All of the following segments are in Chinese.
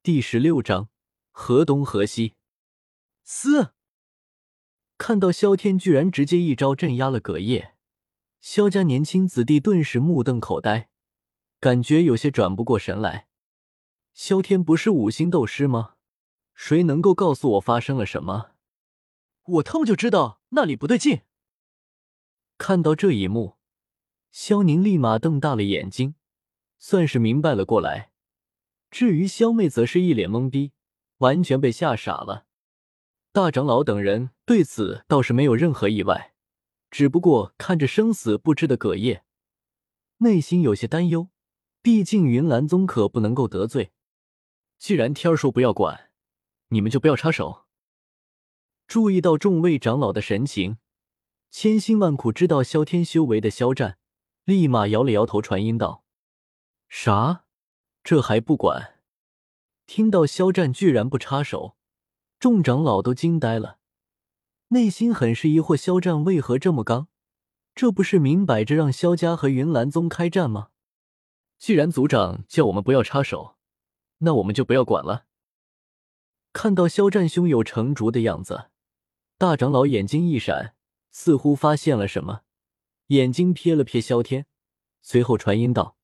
第16章河东河西。嘶！看到萧天居然直接一招镇压了葛叶，萧家年轻子弟顿时目瞪口呆，感觉有些转不过神来。萧天不是5星斗师吗？谁能够告诉我发生了什么？我他妈就知道那里不对劲。看到这一幕，萧宁立马瞪大了眼睛，算是明白了过来。至于萧妹则是一脸懵逼，完全被吓傻了。大长老等人对此倒是没有任何意外，只不过看着生死不知的葛叶，内心有些担忧，毕竟云岚宗可不能够得罪。既然天儿说不要管，你们就不要插手。注意到众位长老的神情，千辛万苦知道萧天修为的萧战立马摇了摇头，传音道：啥？这还不管？听到萧战居然不插手，众长老都惊呆了，内心很是疑惑，萧战为何这么刚？这不是明摆着让萧家和云岚宗开战吗？既然族长叫我们不要插手，那我们就不要管了。看到萧战胸有成竹的样子，大长老眼睛一闪，似乎发现了什么，眼睛瞥了瞥萧天，随后传音道：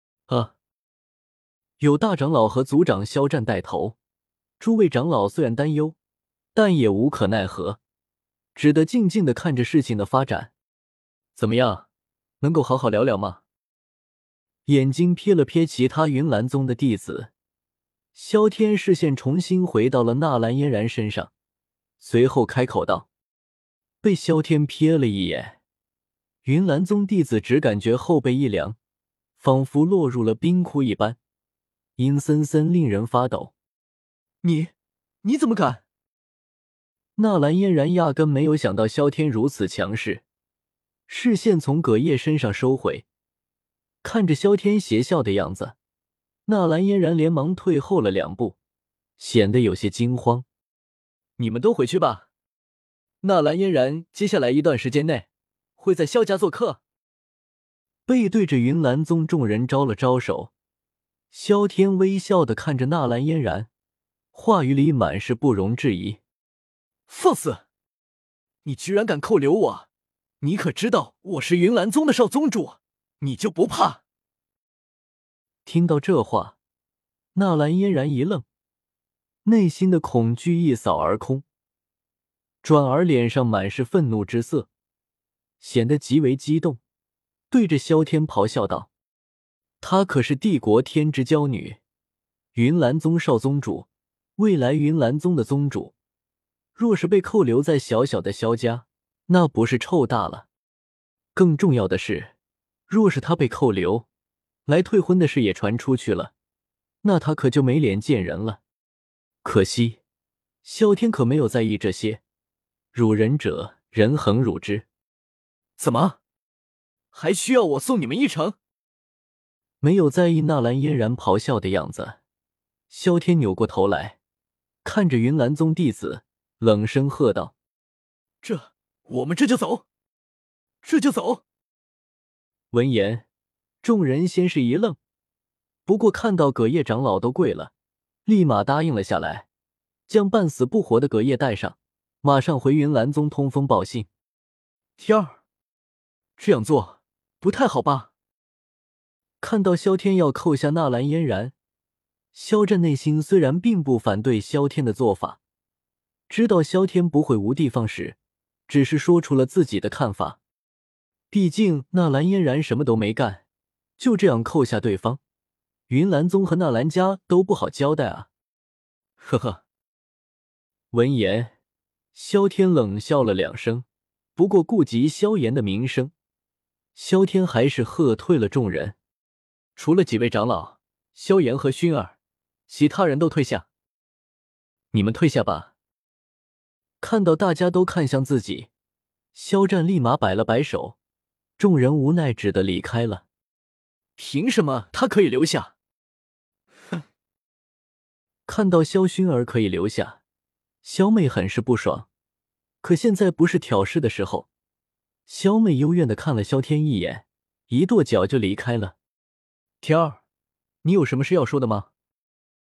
有大长老和族长萧战带头，诸位长老虽然担忧，但也无可奈何，只得静静地看着事情的发展。怎么样，能够好好聊聊吗？眼睛瞥了瞥其他云岚宗的弟子，萧天视线重新回到了纳兰嫣然身上，随后开口道。被萧天瞥了一眼，云岚宗弟子只感觉后背一凉，仿佛落入了冰窟一般，阴森森令人发抖。你怎么敢？纳兰嫣然压根没有想到萧天如此强势，视线从葛叶身上收回，看着萧天邪笑的样子，纳兰嫣然连忙退后了2步，显得有些惊慌。你们都回去吧，纳兰嫣然接下来一段时间内会在萧家做客。背对着云岚宗众人招了招手，萧天微笑地看着纳兰嫣然，话语里满是不容置疑。放肆！你居然敢扣留我！你可知道我是云岚宗的少宗主？你就不怕？听到这话，纳兰嫣然一愣，内心的恐惧一扫而空，转而脸上满是愤怒之色，显得极为激动，对着萧天咆哮道：她可是帝国天之娇女，云岚宗少宗主，未来云岚宗的宗主，若是被扣留在小小的萧家，那不是臭大了。更重要的是，若是她被扣留，来退婚的事也传出去了，那她可就没脸见人了。可惜萧天可没有在意这些，辱人者人恒辱之。怎么还需要我送你们一程？没有在意纳兰嫣然咆哮的样子，萧天扭过头来，看着云岚宗弟子，冷声喝道：我们这就走，这就走。闻言，众人先是一愣，不过看到葛叶长老都跪了，立马答应了下来，将半死不活的葛叶带上，马上回云岚宗通风报信。天儿，这样做不太好吧？看到萧天要扣下纳兰嫣然，萧战内心虽然并不反对萧天的做法，知道萧天不会无的放矢，只是说出了自己的看法。毕竟纳兰嫣然什么都没干，就这样扣下对方，云岚宗和纳兰家都不好交代啊。呵呵。闻言，萧天冷笑了2声，不过顾及萧炎的名声，萧天还是喝退了众人。除了几位长老，萧炎和薰儿，其他人都退下。你们退下吧。看到大家都看向自己，萧战立马摆了摆手，众人无奈只得离开了。凭什么他可以留下？哼！看到萧薰儿可以留下，萧妹很是不爽，可现在不是挑事的时候。萧妹幽怨地看了萧天一眼，一跺脚就离开了。天儿，你有什么事要说的吗？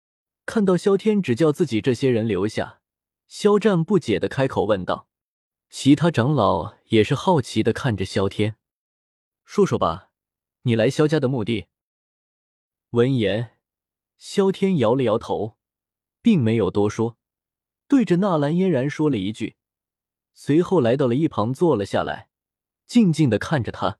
看到萧天只叫自己这些人留下，萧战不解地开口问道。其他长老也是好奇地看着萧天，说说吧，你来萧家的目的。闻言，萧天摇了摇头，并没有多说，对着纳兰嫣然说了一句，随后来到了一旁坐了下来，静静地看着他。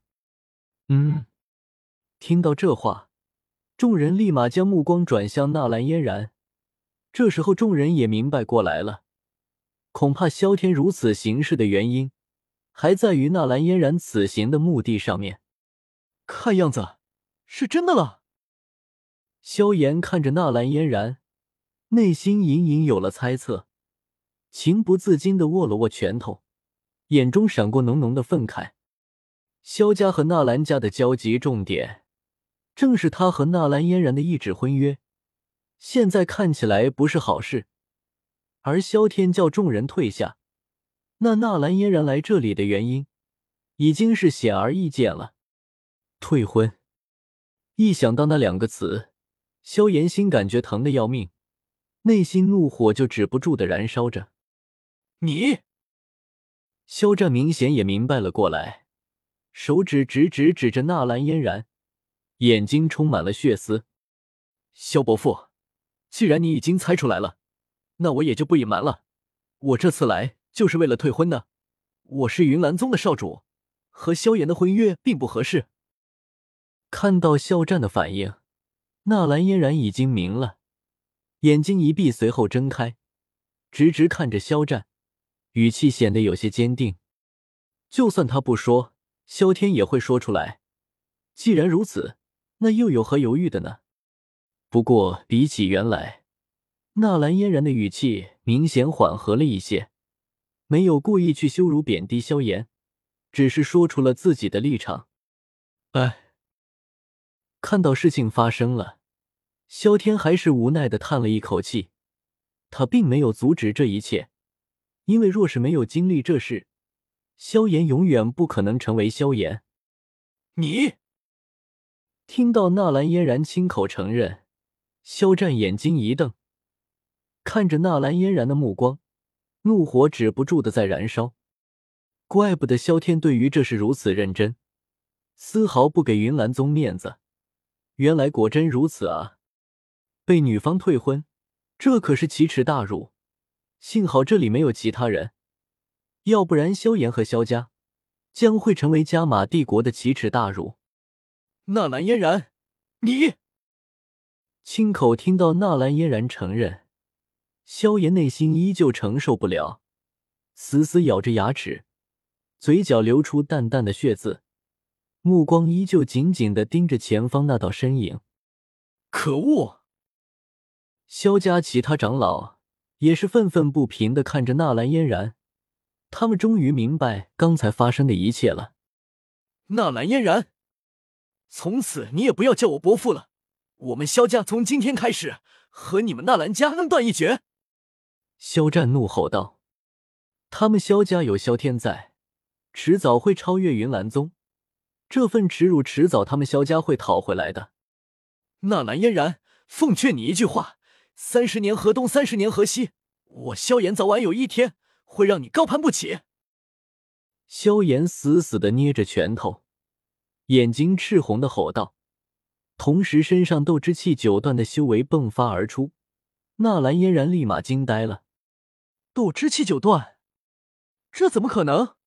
听到这话，众人立马将目光转向纳兰嫣然。这时候众人也明白过来了，恐怕萧天如此行事的原因还在于纳兰嫣然此行的目的上面。看样子是真的了。萧炎看着纳兰嫣然，内心隐隐有了猜测，情不自禁地握了握拳头，眼中闪过浓浓的愤慨。萧家和纳兰家的交集重点正是他和纳兰嫣然的一纸婚约，现在看起来不是好事。而萧天叫众人退下，那纳兰嫣然来这里的原因已经是显而易见了。退婚，一想到那两个词，萧炎心感觉疼得要命，内心怒火就止不住地燃烧着。你！萧战明显也明白了过来，手指指着纳兰嫣然，眼睛充满了血丝。萧伯父，既然你已经猜出来了，那我也就不隐瞒了，我这次来就是为了退婚的。我是云岚宗的少主，和萧炎的婚约并不合适。看到萧战的反应，纳兰嫣然已经明了，眼睛一闭，随后睁开，直看着萧战，语气显得有些坚定。就算他不说，萧天也会说出来。既然如此，那又有何犹豫的呢？不过比起原来，纳兰嫣然的语气明显缓和了一些，没有故意去羞辱贬低萧炎，只是说出了自己的立场。看到事情发生了，萧天还是无奈地叹了一口气。他并没有阻止这一切，因为若是没有经历这事，萧炎永远不可能成为萧炎。你！听到纳兰嫣然亲口承认，萧战眼睛一瞪，看着纳兰嫣然的目光，怒火止不住的在燃烧。怪不得萧天对于这事如此认真，丝毫不给云岚宗面子。原来果真如此啊！被女方退婚，这可是奇耻大辱。幸好这里没有其他人，要不然萧炎和萧家将会成为加玛帝国的奇耻大辱。纳兰嫣然，你！亲口听到纳兰嫣然承认，萧炎内心依旧承受不了，死死咬着牙齿，嘴角流出淡淡的血渍，目光依旧紧紧地盯着前方那道身影。可恶！萧家其他长老也是愤愤不平地看着纳兰嫣然，他们终于明白刚才发生的一切了。纳兰嫣然，从此你也不要叫我伯父了，我们萧家从今天开始和你们纳兰家恩断义绝！萧战怒吼道。他们萧家有萧天在，迟早会超越云岚宗，这份耻辱迟早他们萧家会讨回来的。纳兰嫣然，奉劝你一句话，30年河东，30年河西，我萧炎早晚有一天会让你高攀不起。萧炎死死地捏着拳头，眼睛赤红的吼道，同时身上斗之气9段的修为迸发而出。纳兰嫣然立马惊呆了。斗之气9段？这怎么可能？